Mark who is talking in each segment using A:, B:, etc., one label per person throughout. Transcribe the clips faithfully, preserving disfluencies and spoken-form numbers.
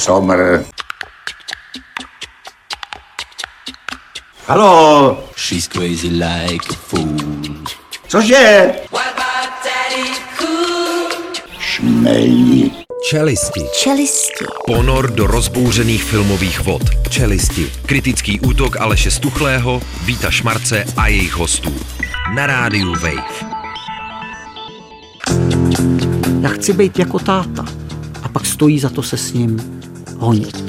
A: Somr. Haló?
B: She's crazy like a fool.
A: Cože? Šmej.
C: Čelisti.
D: Čelisti.
C: Ponor do rozbouřených filmových vod. Čelisti. Kritický útok Aleše Stuchlého, Víta Šmarce a jejich hostů. Na rádiu Wave.
E: Já chci být jako táta. A pak stojí za to se s ním honit.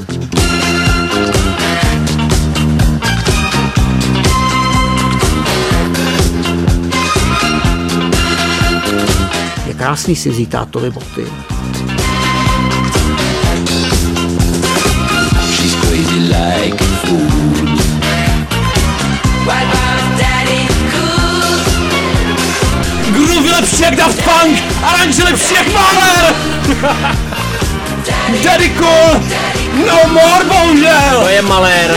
E: Je krásný si vzít tátovi boty.
B: She's crazy like a fool. Why was daddy cool?
F: Groove lepší jak Daft Punk, aranže lepší jak Mahler. Daddy cool, no more bohužel.
G: To je Mahler.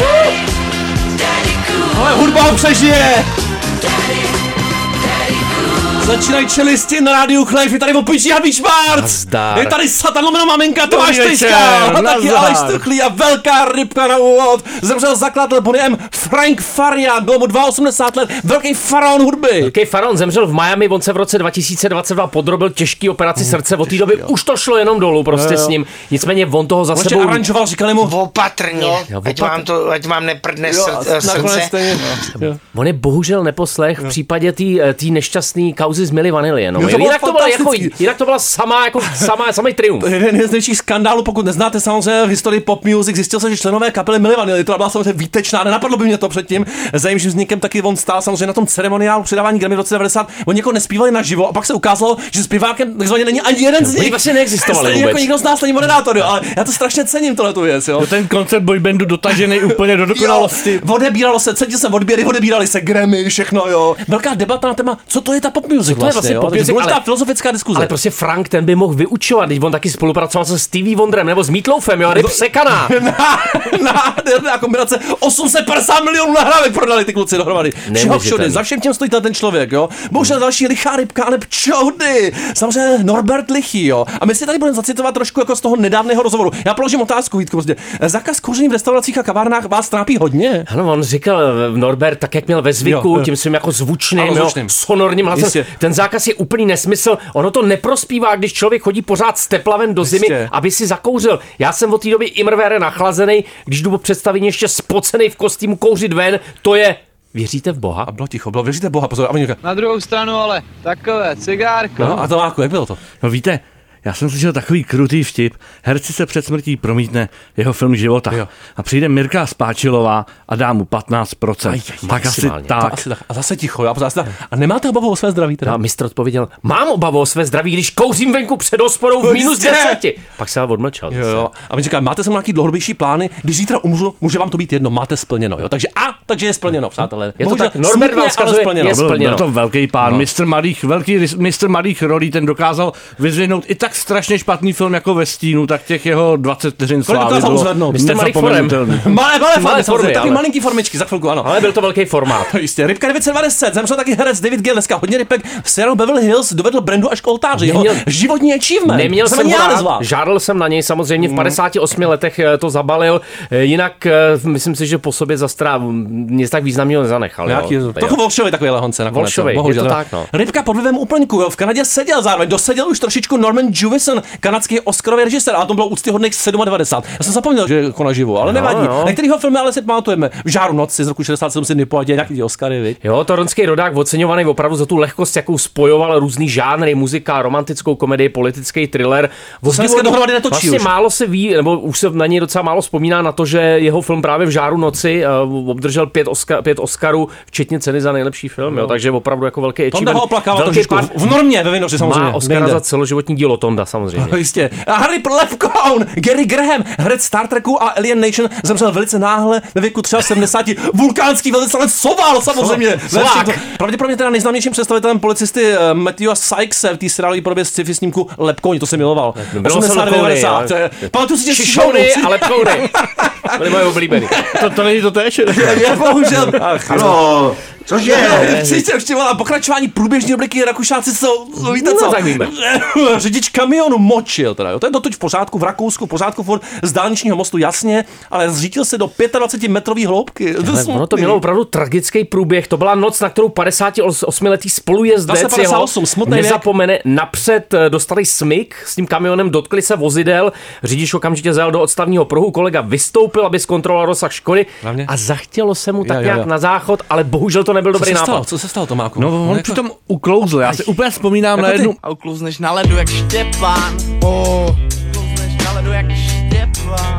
F: Ale hudba ho přežije. Začínají Čelisti na rádiu Wave, je tady opičí Hadví Šmárc. Je tady Satan lomeno maminka Tomáš Tejska. A taky Aleš Stuchlý a velká rybka na úvod. Zemřel zakladatel Boney M. Frank Farian, bylo mu osmdesát dva let, velký faraon hudby.
G: Velký faraon zemřel v Miami, on se v roce dva tisíce dvacet dva podrobil těžký operaci srdce, od té doby už to šlo jenom dolů prostě jo, jo. s ním. Nicméně on toho za
F: on
G: sebou...
F: On aranžoval, říkali mu...
H: Opatrně, jo, ať, vám to, ať vám neprdne srdce.
F: Stejně,
G: no. On je bohužel neposlech v případě té nešťastné kauzy z Milli Vanilli. No.
F: Jo, to
G: jinak, to byla jako, jinak to byla sama, jako sama, samý triumf.
F: Jeden z největších skandálů, pokud neznáte samozřejmě v historii pop music, zjistil se, že členové kapely Milli Vanilli, to byla samozřejmě výtečná, nenapadlo by mě to předtím. Za jejím vznikem taky on stál samozřejmě na tom ceremoniálu předávání Grammy v roce devadesát. Oni jako nespívali naživo a pak se ukázalo, že zpěvákem takzvaně není ani jeden z nich.
G: Oni vlastně neexistovali vůbec.
F: Jako nikdo z nás není moderátor, ale já to strašně cením tohletu věc, jo.
I: To ten koncept boybandu dotažený úplně do dokonalosti.
F: Odebíralo se, cítil jsem odběry, odebírali se Grammy, všechno, jo. Velká debata na téma, co to je ta pop music
G: to je vlastně,
F: vlastně
G: pop music, ale,
F: filozofická diskuze.
G: Ale prostě Frank ten by mohl vyučovat, když on taky spolupracoval se Stevie Wonderem nebo s Meatloafem, jo, ryb sekaná.
F: Nádherná kombinace, osm set padesát milionů nahrávek prodali ty kluci dohromady. Všeho všude, za všem těm stojí ten člověk, jo. Bohužel další lichá rybka, ale pčoudy. Samozřejmě Norbert Lichý, jo. A my si tady budeme zacitovat trošku jako z toho nedávného rozhovoru. Já položím otázku, Vítku, prostě. Zákaz kouření v restauracích a kavárnách vás trápí hodně?
G: Ano, on říkal Norbert, tak jak měl ve zvyku, jo, jo. tím svým jako zvučným, jo, sonorním hlasem. Ten zákaz je úplný nesmysl. Ono to neprospívá, když člověk chodí pořád z tepla ven do zimy, Jistě. aby si zakouřil. Já jsem od té doby imrvére nachlazený, když jdu po představení ještě spocený v kostýmu kouřit ven, to je... Věříte v Boha?
F: A bylo ticho, bylo, věříte v Boha, pozor. A
J: na druhou stranu ale takové cigárko.
F: No a to máku, jak bylo to?
I: No víte, já jsem slyšel takový krutý vtip. Herci se před smrtí promítne jeho film života. Jo. A přijde Mirka Spáčilová a dá mu patnáct procent. Aj, aj, tak asi tak.
F: asi tak. A zase ticho. Jo? A, a nemáte obavu o své zdraví teda?
G: A mistr odpověděl, mám obavu o své zdraví, když kouřím venku před hospodou v minus deseti. Pak se ale odmlčel.
F: Jo, jo. A my říkáme, máte sem nějaký dlouhodobější plány? Když zítra umřu, může vám to být jedno, máte splněno. Jo? Takže a, takže je splněno, přátelé.
G: Je to tak, Norbert vám vzkazuje, je splněno.
I: Byl to velký pán, no. mistr malých, velký mistr malých rolí, ten dokázal vyzvihnout i tak strašně špatný film jako Ve stínu, tak těch jeho dvacet vteřin slávy bylo
F: nezapomenutelný. Malé, malé formy, formy, taky malinký formičky, za chvilku, ano.
G: Ale byl to velký formát.
F: Jistě, Rybka devět set dvacet, zemřel taky herec David Gale, dneska hodně rybek, v seriálu Beverly Hills dovedl Brandu až k oltáři, jeho životní achievement.
G: Neměl jsem ho rád, žádal jsem na něj, samozřejmě v padesáti osmi letech to zabalil, jinak myslím si, že po sobě zastrá nic tak významného nezanechal.
F: Trochu volšový takový lehonce nakonec.
G: Je to tak, no.
F: Rybka pod vlivem úplňku, v Kanadě seděl zároveň, doseděl už trošičku Norman Jewison, kanadský Oscarový režisér, a to bylo úctyhodných devadesát sedm. Já jsem zapomněl, že jako naživo, ale nevadí. No, no. Některýho filmy ale si pamatujeme. V Žáru noci z roku šedesát sedm si nepohodě nějaký Oscary, viď?
G: Jo, toronský rodák oceňovaný opravdu za tu lehkost, jakou spojoval různý žánry, muzika, romantickou komedii, politický thriller.
F: Dneska dohromady netočí
G: vlastně
F: už.
G: Málo se ví, nebo už se na něj docela málo vzpomíná na to, že jeho film právě v Žáru noci uh, obdržel pět, Oscar, pět Oscarů, včetně ceny za nejlepší film, no. jo, takže opravdu jako velký achievement.
F: Velký pán, v normě ve Vinoři samozřejmě.
G: Má Oscara za celoživotní dílo Tonda samozřejmě.
F: No, jistě. A Harry Levkoun, Gary Graham, herec Star Treku a Alien Nation, zemřel velice náhle ve věku sedmdesáti tři. Vulkánský velvyslanec Soval, samozřejmě. Pravděpodobně teda nejznámějším představitelem policisty Matthewa Sykese v té seriálové podobě sci-fi snímku Lepkouni, to jsem miloval.
G: osmdesát devadesát.
F: Pamatuju si tě
G: Šišouny a Lepkouny. Byly moje oblíbený.
I: To, to není to též.
F: Bohužel.
A: Ano, Cože?
F: Příště ještě volá pokračování průběžní rubriky Rakušáci jsou, víte co?
G: No, tak víme.
F: Řidič kamionu močil teda, jo. To je dotuď v pořádku, v Rakousku, v pořádku furt z dálničního mostu, jasně, ale zřítil se do dvacet pět metrový hloubky.
G: Ale ono to mělo opravdu tragický průběh, to byla noc, na kterou padesátiosmiletý spolujezdec jeho nezapomene. Napřed dostali smyk s tím kamionem, dotkli se vozidel, řidič okamžitě zajel do odstavního pruhu, kolega vystoupil, aby zkontroloval rozsah škody
F: Hlavně?
G: a zachtělo se mu tak
F: jo, jo,
G: nějak
F: jo.
G: na záchod, ale bohužel to nebyl
F: Co
G: dobrý
F: se
G: nápad.
F: stalo? Co se stalo, Tomáku?
I: No, on
F: jako...
I: přitom uklouzl. Já si úplně vzpomínám
F: Jako
I: na jednu...
D: A uklouzneš na ledu jak Štěpán. Oh. Uklouzneš na ledu jak Štěpán.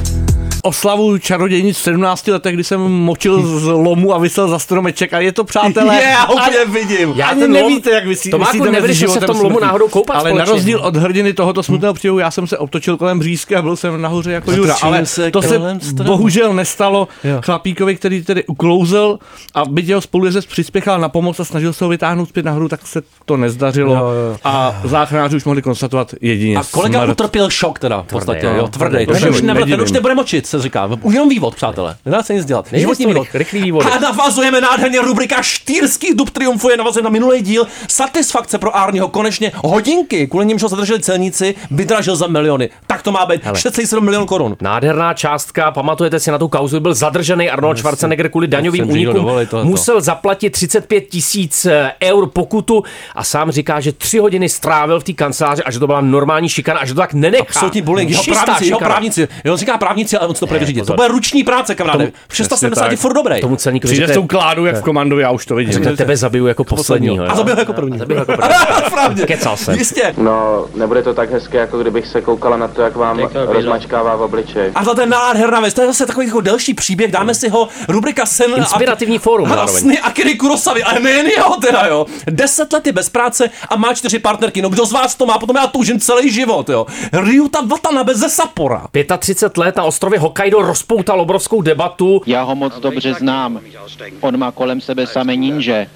I: oslavu čarodějnic v sedmnácti letech, kdy jsem močil z lomu a vysel za stromeček a je to, přátelé.
F: Je, já úplně vidím.
I: Já
G: Ani
I: ani
G: nevíte,
I: nevíte, jak vysí,
G: Tomáku, nevedeš se v tom lomu náhodou koupat
I: ale
G: společně.
I: na rozdíl od hrdiny tohoto smutného příběhu, já jsem se obtočil kolem břízky a byl jsem nahoře jako Jura, ale
F: se
I: to se bohužel nestalo
F: Jo.
I: chlapíkovi, který tedy uklouzl a byť jeho spolujezdec přispěchal na pomoc a snažil se ho vytáhnout zpět nahoru, tak se to nezdařilo
F: Jo, jo.
I: a záchranáři už mohli konstatovat jedině
F: A kolega
I: smrt.
F: utrpěl šok teda v podstatě,
G: Tvrdý,
F: jo, tvrdý.
I: To
F: Ten
I: se
F: už, nebude, ten
I: nedivím.
F: už nebude močit, se říká. Už jenom vývod, přátelé. Nedá se nic dělat. Životní vývod.
G: Rychlý vývod.
F: A navazujeme nádherně rubrika Štýrský dub triumfuje, navazujeme na minulý díl. Satisfakce pro Árního, konečně hodinky, kvůli nimž ho zadrželi celníci, vydražil za miliony. Tak to má být. čtyřicet sedm milionů korun.
G: Nádherná částka, pamatujete si na tu kauzu, byl zadržený Arnold Schwarzenegger kvůli daňovým
F: jsem říkal,
G: únikům,
F: dovolit tohleto.
G: musel zaplatit třicet pět tisíc eur pokutu a sám říká, že tři hodiny strávil v té kanceláři a že to byla normální šikana a že to tak nenechá.
F: Absolutní bullying. Jeho
G: Čistá
F: právníci, jeho
G: šikana.
F: právníci. Jo, on říká právníci, ale on si to bude vyřídit. To
G: pozor.
F: bude ruční práce, kamaráde. V
I: přesně
F: šest set je
I: tak.
F: furt dobrý.
G: Tomu celníkovi
I: Přijde s
G: řekne,
I: tou kládu, jak v Komandu, já už to vidím.
G: řekne, tebe zabiju jako posledního.
F: A zabil jako první.
G: Zabil jako první.
F: Pravdě.
G: Kecal jsem.
F: Jistě.
K: No, nebude to tak hezké, jako kdybych se koukala na to, jak vám rozmačkává v obličej.
F: A to je nádherná věc, to je zase takový jako delší příběh, dáme si ho, rubrika Sen
G: Inspirativní fórum
F: a
G: zároveň.
F: sny Akiry Kurosavy, ale nejen jeho teda, jo. Deset let je bez práce a má čtyři partnerky, no kdo z vás to má, potom já toužím celý život, jo. Ryuta Watanabe ze Sappora.
G: třicet pět let na ostrově Hokkaido rozpoutal obrovskou debatu.
J: Já ho moc dobře znám. On má kolem sebe samé ninže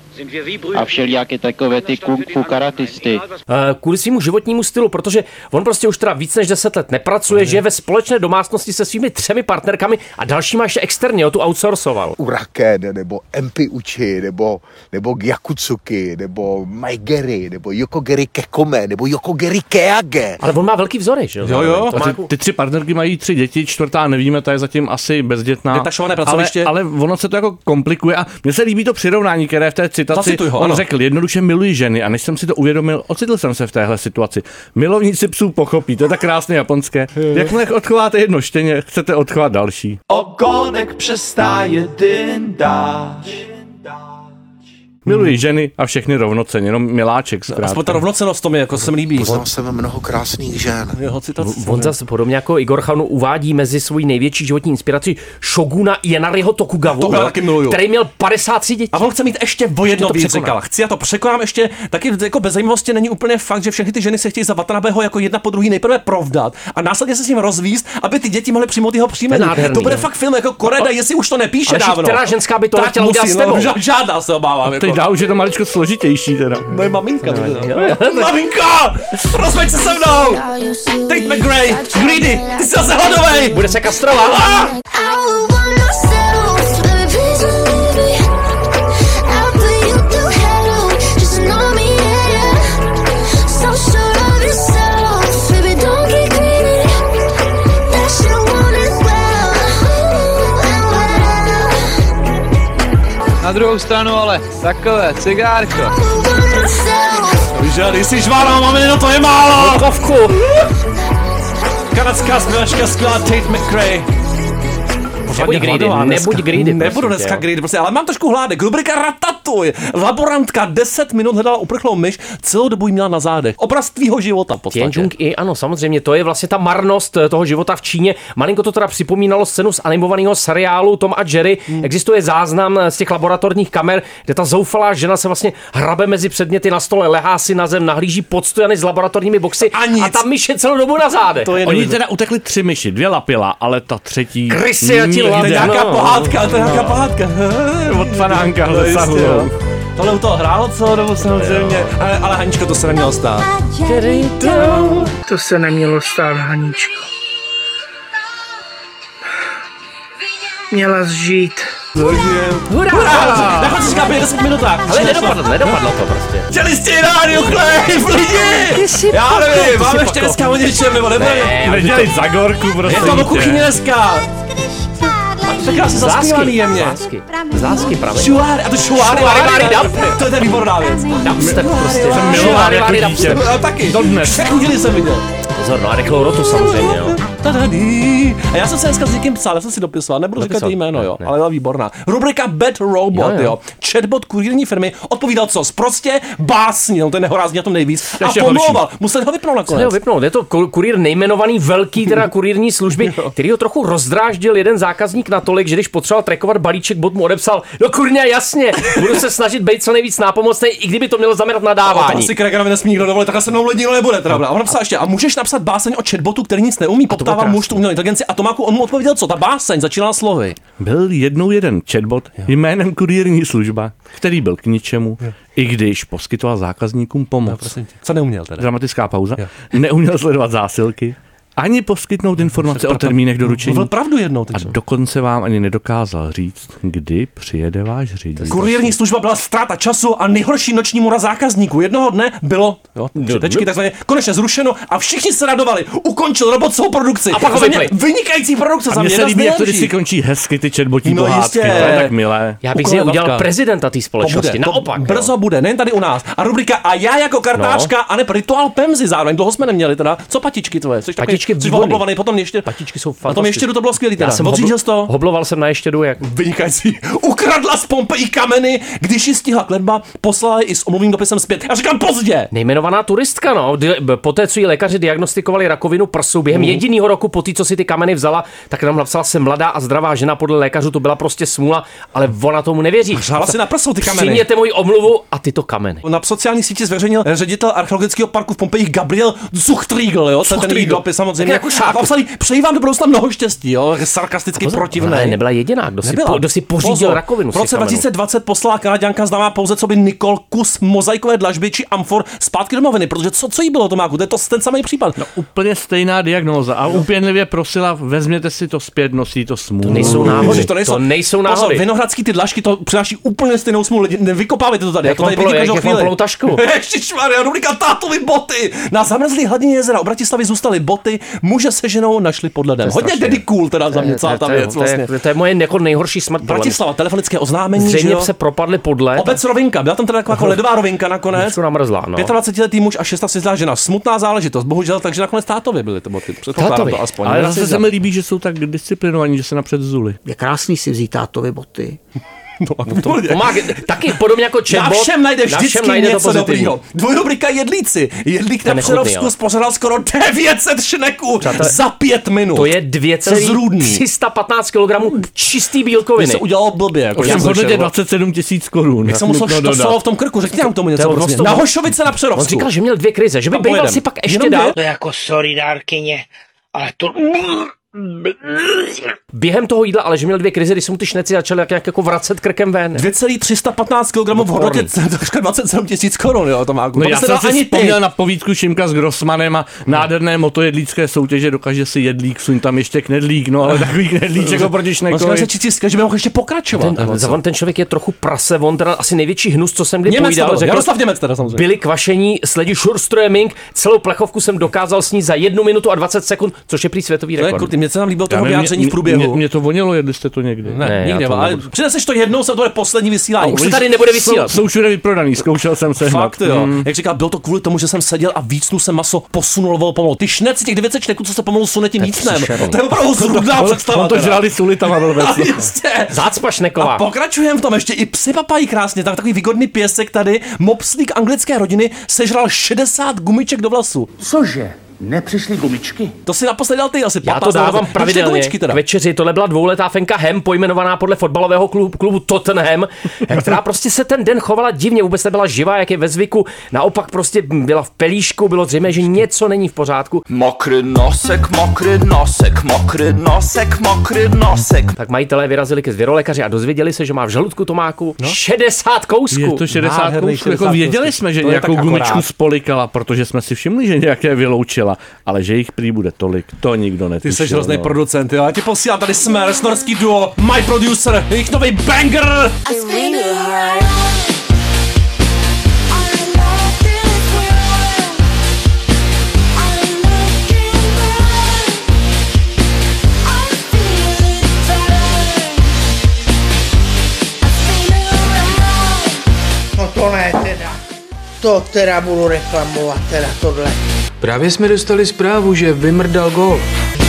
J: a všelijaké takové ty kung fu karatisty.
G: eh, kvůli svému životnímu stylu, protože on prostě už teda víc než deset let nepracuje, žije ve společné domácnosti se svými třemi partnerkami a dalšíma ještě externě, ho tu outsourcoval.
L: Uraken, nebo Empi Uchi, nebo, nebo Gyakutsuki, nebo Maigeri, nebo Yokogeri Kekome, nebo Yokogeri Keage.
G: Ale on má velký vzory, že jo?
F: Jo, jo.
I: A ty, ty tři partnerky mají tři děti, čtvrtá nevíme, ta je zatím asi bezdětná.
F: Detašované
I: ale,
F: pracoviště.
I: ale ono se to jako komplikuje a mně se líbí to přirovnání, které v té citaci
F: Zacituj ho,
I: on
F: ano.
I: řekl, jednoduše miluji ženy a než jsem si to uvědomil, ocitl jsem se v téhle situaci. Milovníci psů pochopí, to je tak krásně japonské. Jakmile odchováte jedno štěně, chcete odchovat další.
D: Ogonek přestáje dyndáč.
I: Miluji ženy a všechny rovnocenně, jenom miláček
F: Aspoň
I: zkrátka.
F: ta rovnocennost to mi jako se mi líbí.
L: Poznal jsem mnoho krásných žen.
F: Jeho citace.
G: On zase podobně jako Igor Chanu uvádí mezi svoji největší životní inspiraci Shoguna Yanariho Tokugavu,
F: Tohle taky miluju.
G: který měl padesát tři dětí.
F: A on chce mít ještě o jedno
G: to
F: víc,
G: překoná.
F: říkal. Chci, já to překonám ještě. Taky jako bez zajímavosti není úplně fakt, že všechny ty ženy se chtějí za Watanabeho jako jedna po druhý nejprve provdat a následně se s ním rozvízt, aby ty děti mohly přijmout jeho příjmení.
G: To je nádherný,
F: To bude
G: no.
F: fakt film jako Koreda, jestli už to nepíše
G: Ale
F: dávno.
G: která ženská by to
F: Tak
G: chtěla udělat
F: musí,
G: s tebou?
F: no, ža- žádná se obávám.
I: Teď
F: Jako.
I: dál už je to maličko složitější teda.
F: Moje maminka. Maminka! Rozveď se se mnou! Tate McRae, Greedy, ty jsi zase hladovej!
G: Bude se kastrovat.
F: Ah!
J: Na druhou stranu ale takové cigárko.
F: Víš, když jsi žvárá, mamino, to je málo!
G: Kovku.
F: Kanadská zpěvačka skvělá Tate McRae.
G: Nebuď greedy, nebuď greedy.
F: Nebudu
G: prosím
F: dneska
G: tě.
F: greedy, prostě, ale mám trošku hládek. Rubrika Ratatuj. Laborantka deset minut hledala uprchlou myš, celou dobu jí měla na zádech. Obraz tvýho života v podstatě.
G: Tianjung i, ano, samozřejmě, to je vlastně ta marnost toho života v Číně. Malinko to teda připomínalo scénu z animovaného seriálu Tom a Jerry. Hmm. Existuje záznam z těch laboratorních kamer, kde ta zoufalá žena se vlastně hrabe mezi předměty na stole, lehá si na zem, nahlíží pod stojany s laboratorními boxy
F: A nic.
G: a ta myš je celou dobu na zádech.
F: To je
I: Oni
F: neuvěřitelné.
I: teda utekli tři myši, dvě lapila, ale ta třetí...
G: Krysy a ti
I: nikde.
F: To je nějaká
G: No.
F: pohádka, to je nějaká pohádka.
I: Od panánka
F: No, jistě,
I: dosahují.
F: jo. Tohle u toho hrálo celou dobu samozřejmě, ale, ale Haničko, to se nemělo stát.
D: To se nemělo stát, Haničko. Měla žít.
G: Hurá!
F: Hurá! Na konci říká v deset minutách.
G: Ale nedopadlo, nedopadlo to prostě.
F: Čelisti rádio Chlejv, lidi! Já nevím, máme ještě dneska o něčem, nebo nebudeme?
G: Ne,
I: Nedělej za gorku, prostě.
F: Je to o kuchyni dneska. Tak krásně zaspívaný jemně.
G: Zásky, zásky právě.
F: Šuáry, a to šuáry, šuáry, to je ten výborná věc.
G: Dubstep prostě.
I: Jsem miloval jako dítě.
F: A taky.
I: Dodnes.
F: Všechny díly jsem viděl.
G: Pozor, no a Reklou Rotu samozřejmě, jo.
F: A já jsem se dneska s někým psal, já jsem si dopisoval, nebudu říkat její jméno, jo, ale byla výborná. Rubrika Bad Robot, jo, jo. jo. Chatbot kurýrní firmy odpovídal co? Prostě básní, no ten nehorázní na tom nejvíc. A pomlouval, musel ho vypnout nakonec.
G: Musel ho vypnout, je to kurýr nejmenovaný velký teda kurýrní služby, který ho trochu rozdráždil jeden zákazník natolik, že když potřeboval trackovat balíček, bot mu odepsal, no kurňa, jasně, budu se snažit být co nejvíc nápomocný, i kdyby to mělo znamenat nadávání.
F: To asi Kreganovi nesmí nikdo dovolit, takhle se mnou lidi nebude teda. A on napsal ještě, a můžeš napsat báseň o chatbotu, který nic neumí, poptával muž tu umělou inteligenci a Tomáku on mu odpověděl, co ta báseň začínala slovy.
I: Byl jednou jeden chatbot jménem kurýrní služba, který byl k ničemu, jo. I když poskytoval zákazníkům pomoc.
F: Jo, co neuměl teda?
I: Dramatická pauza. Jo. Neuměl sledovat zásilky, ani poskytnout informace o termínech doručení.
F: Mluvil pravdu jednou.
I: A dokonce vám ani nedokázal říct, kdy přijede váš řidič.
F: Kurýrní služba byla ztráta času a nejhorší noční můra zákazníků. Jednoho dne bylo, jo, tečky, takzvaně, konečně zrušeno a všichni se radovali. Ukončil robot svou produkci.
G: A pak ho vypli.
F: Vynikající produkce.
I: A mně se líbí, jak to si končí hezky ty chatbotí
F: no,
I: pohádky. To je tak milé.
G: Já bych si udělal prezidenta té společnosti.
F: To
G: naopak.
F: Brzo bude, nejen tady u nás. A rubrika a já jako kartářka no. a ne rituál Pemzy zároveň. Dlouho jsme neměli teda. Co patičky tvoje?
G: Patičky
F: Potom ještě,
G: patičky jsou
F: fantastické. Potom ještě to bylo skvělý teda.
G: Já jsem hobl, to? hobloval jsem na ještědu jak
F: vynikající. Ukradla z Pompeji kameny, když ji stihla kletba, poslala i s omluvným dopisem zpět. Já říkám pozdě.
G: Nejmenovaná turistka, no. Poté, co jí lékaři diagnostikovali rakovinu prsu, během mm. jediného roku po té, co si ty kameny vzala, tak nám napsala se mladá a zdravá žena, podle lékařů to byla prostě smůla, ale ona tomu nevěří.
F: Hřála si na prsou ty kameny.
G: Přijměte moji omluvu a tyto kameny.
F: Na sociální síti zveřejnil ředitel archeologického parku v Pompejích Gabriel Zuchtriegel, jo, ten ten dopis samozřejmě.
G: Jako
F: přeji vám do budoucna mnoho štěstí, jo, sarkasticky protivné.
G: Ale nebyla jediná, kdo si, po, kdo si pořídil Pozor. rakovinu.
F: V roce dva tisíce dvacet poslala Kanaďanka známá pouze co by Nikol kus mozaikové dlažby či amfor zpátky do domoviny, protože co, co jí bylo, Tomáku, to je to ten samý případ.
I: No úplně stejná diagnóza a úpěnlivě prosila, vezměte si to zpět, nosí to smůlu.
G: To nejsou náhody, to nejsou, to nejsou náhody.
F: Pozor, vinohradský ty dlažky to přináší úplně stejnou smůlu, lidi, nevykopávejte to tady, jak to tady vidí každou chvíli. Ježišmarja, rubrika tátovi boty. Na zamrzlý hladině jezera u Bratislavy zůstaly boty, muže se ženou našli pod ledem. Hodně daddy cool teda za mě celá ta věc vlastně.
G: To je moje nejhorší smrt.
F: Bratislava, telefonické oznámení,
G: zřejmě se propadly pod led.
F: Obec rovinka, byla tam teda taková jako ledová rovinka nakonec.
G: Jsou namrzlá, no.
F: dvacetiletý muž a šestnáctiletá žena. Smutná záležitost, bohužel, takže nakonec tátovi byly ty boty.
G: Tátovi.
F: To aspoň.
I: Ale zase se mi líbí, že jsou tak disciplinovaní, že se napřed zuli.
E: Je krásný si vzít tátovi boty.
F: No, no to
G: pomáhá, taky podobně jako chatbot.
F: Na všem najde vždycky najde něco dobrýho. Dvojrubrika jedlíci. Jedlík na Přerovsku spořadal skoro devět set šneků za pět minut.
G: To je dvě tři sta patnáct kilogramů čistý bílkoviny.
F: Mě se udělalo blbě. Jako
I: jsem hodnotě dvacet sedm tisíc korun.
F: Jak jsem musel štosovat v tom krku, řekni nám tomu něco. Prostě. Na Hošovice na Přerovsku.
G: On říkal, že měl dvě krize, že by býval si pak ještě dál.
H: To je jako sorry dárkyně, ale to...
G: Během toho jídla, ale že měl dvě krize, když se mu ty šneci začaly jak, jak jako vracet krkem ven.
F: dvě celá tři sta patnáct kilogramů v hodnotě dvacet sedm tisíc korun, jo, to má.
I: No já jsem si vzpomněl na povídku Šimka s Grossmanem a nádherné motojedlícké soutěže, dokáže si jedlík, suň tam ještě knedlík, no ale takový knedlíček oproti šnekovi.
F: On se cítit, že by mohl ještě pokračovat.
G: Ten, ten, ten člověk je trochu prase, on teda asi největší hnus, co jsem kdy povídal, řekl.
F: Jaroslav Němec teda samozřejmě.
G: Byli kvašení, sledi Schurströming, celou plechovku jsem dokázal snít za jednu minutu a dvacet sekund, což je prý světový rekord.
F: Mě se nám líbilo toho vyjádření v průběhu.
I: Mě to vonilo, jedli jste to někdy.
F: Ne, ne nikdy, ale přineseš to jednou, se to je poslední vysílání.
G: Už se tady nebude vysílat.
I: Jsou všude vyprodaný, zkoušel jsem se.
F: Fakt jo. Hmm. Jak říkal, bylo to kvůli tomu, že jsem seděl a vícnu se maso posunulo pomalu. Ty šneci těch devět set šneků, co se pomalu sune tím vícnem. To je opravdu zrudná představa.
I: On to žrali s ulitama velbec.
G: Zácpa šneková.
F: A pokračujeme v tom ještě i psy papají krásně. Tak takový výgodný pěsek tady, mopslík anglické rodiny, sežral šedesát gumiček do vlasu.
A: Cože? Nepřišly gumičky?
F: To si naposledy dal ty asi.
G: Já to dávám pravidelně k večeři. Tohle byla dvouletá Fenka Hem, pojmenovaná podle fotbalového klubu, klubu Tottenham, která prostě se ten den chovala divně, vůbec nebyla živá, jak je ve zvyku. Naopak prostě byla v pelíšku, bylo zřejmé, že něco není v pořádku.
M: Mokrý nosek, mokrý nosek, mokrý nosek, mokrý nosek.
G: Tak majitelé vyrazili ke zvěrolékaři a dozvěděli se, že má v žaludku Tomáku no? šedesát kousků.
I: Je to šedesát kousků. Jako věděli jsme, že nějakou gumičku spolikala, protože jsme si všimli, že nějaké vyloučila. nevěděla, ale že jich prý bude tolik, to nikdo netušil.
F: Ty jsi hrozný
I: no.
F: producent, jo. Já ti posílám tady Smers, norský duo, My Producer, jejich nový banger!
H: No to ne teda. To teda budu reklamovat, teda tohle.
N: Právě jsme dostali zprávu, že vymrdal gól.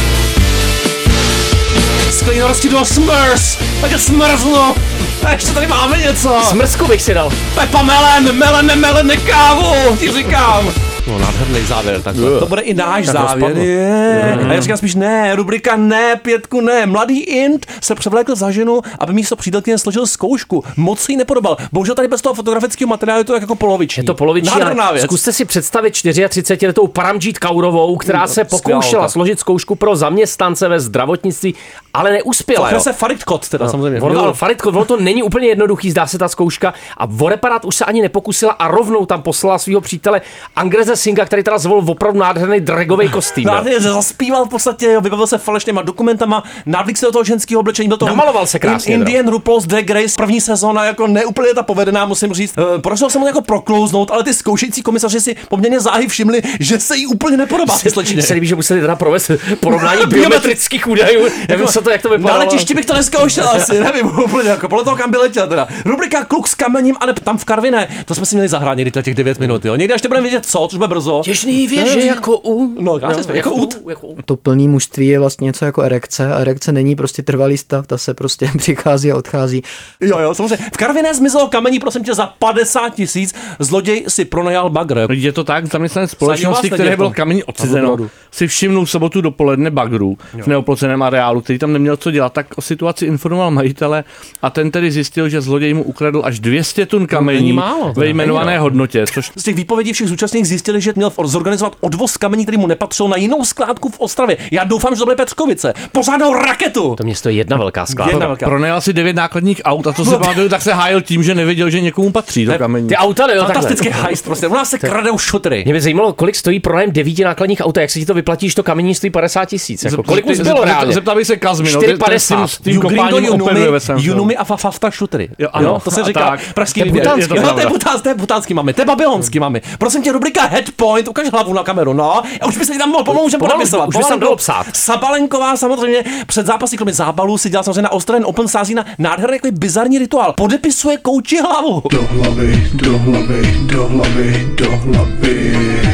F: Skvělý norský duo Smers, tak je smrzno. A ještě tady máme něco.
G: Smrsku bych si dal.
F: Pepa Melen, melene, melene kávu, ti říkám. No, nádherný závěr, takhle. To bude i náš tak závěr. Je. A já říkám spíš ne, rubrika ne, pětku ne. Mladý Int se převlékl za ženu, aby místo přítelkyně složil zkoušku. Moc si ji nepodobal. Bohužel tady bez toho fotografického materiálu je to jako poloviční.
G: Je to poloviční, ale zkuste si představit čtyřiatřicetiletou Paramjit Kaurovou, která se pokoušela složit zkoušku pro zaměstnance ve zdravotnictví, ale neuspěla.
F: To se Farid Kot teda no. samozřejmě.
G: Ono, Farid Kot, ono to není úplně jednoduchý, zdá se ta zkouška a o reparát už se ani nepokusila a rovnou tam poslala svého přítele Angreze Singa, který teda zvolil opravdu nádherný dragový kostým.
F: Nádherně zaspíval v podstatě, jo, vybavil se falešnýma dokumentama, navlík se do toho ženského oblečení, byl to
G: namaloval se krásně.
F: Indian RuPaul's Drag Race, první sezóna, jako neúplně ta povedená, musím říct. E, podařilo se mu jako proklouznout, ale ty zkoušející komisaři si poměrně záhy všimli, že se jí úplně nepodobá.
G: Se, se líbí, že museli teda provést porovnání biometrických údajů. Nevím, co to, jak to vypadalo.
F: Na letišti bych to neskoušel asi, nevím, úplně jako podle toho, kam by letěl teda. Rubrika Kluk s kamením, ale tam v Karviné, to jsme si měli zahrát někdy těch devět minut, jo. Někdy až budeme vědět co, což bude brzo.
G: Těžný věže jako u.
F: No, no, jako út.
O: To plný mužství je vlastně něco jako erekce a erekce není prostě trvalý stav, ta se prostě přichází a odchází.
F: Jo, jo, samozřejmě. V Karviné zmizelo kamení, prosím tě, za padesát tisíc. Zloděj si pronajal bagr.
I: Je to tak, zaměstnanec společnosti, které bylo kamení odcizeno, si všimnul v sobotu dopoledne bagru v neoploceném areálu, který tam neměl co dělat, tak o situaci informoval majitele a ten tedy zjistil, že zloděj mu ukradl až dvě stě tun kamení
F: málo,
I: ve jmenované hodnotě. Což...
F: Z těch výpovědí všech zúčastněných zjistili, že měl zorganizovat odvoz kamení, který mu nepatřil, na jinou skládku v Ostravě. Já doufám, že to byly Petřkovice. Pořádnou raketu.
G: To město je jedna velká skládka.
F: Jedna velká.
I: Pronajal si devět nákladních aut a to se pamatuju, tak se hájil tím, že nevěděl, že někomu patří do kamení.
G: Ty auta, jo,
F: fantastický hajst, prostě. U nás se kradou šutry.
G: Mě by zajímalo, kolik stojí pronájem devíti nákladních aut, jak se ti to vyplatíš, to kamení stojí padesát tisíc. Jako, kolik už bylo reálně?
I: Zeptal bych se Kazmy, no,
G: čtyři padesát.
F: Junumi a Fafta šutry. Jo, ano, to se říká pražský výběr. To je butánský, to je butánský mamy, to je babylonský mamy. Prosím tě, rubrika Headpoint, ukaž hlavu na kameru, no. Už by se tam mohl pomůže podepisovat.
G: Už by se tam dalo psát.
F: Sabalenková samozřejmě před zápasy kromě zábalů si dělá samozřejmě na Australian Open sází na nádherný jako bizarní rituál. Podepisuje kouči hlavu.
P: Do hlavy, do hlavy, do hlavy, do hlavy.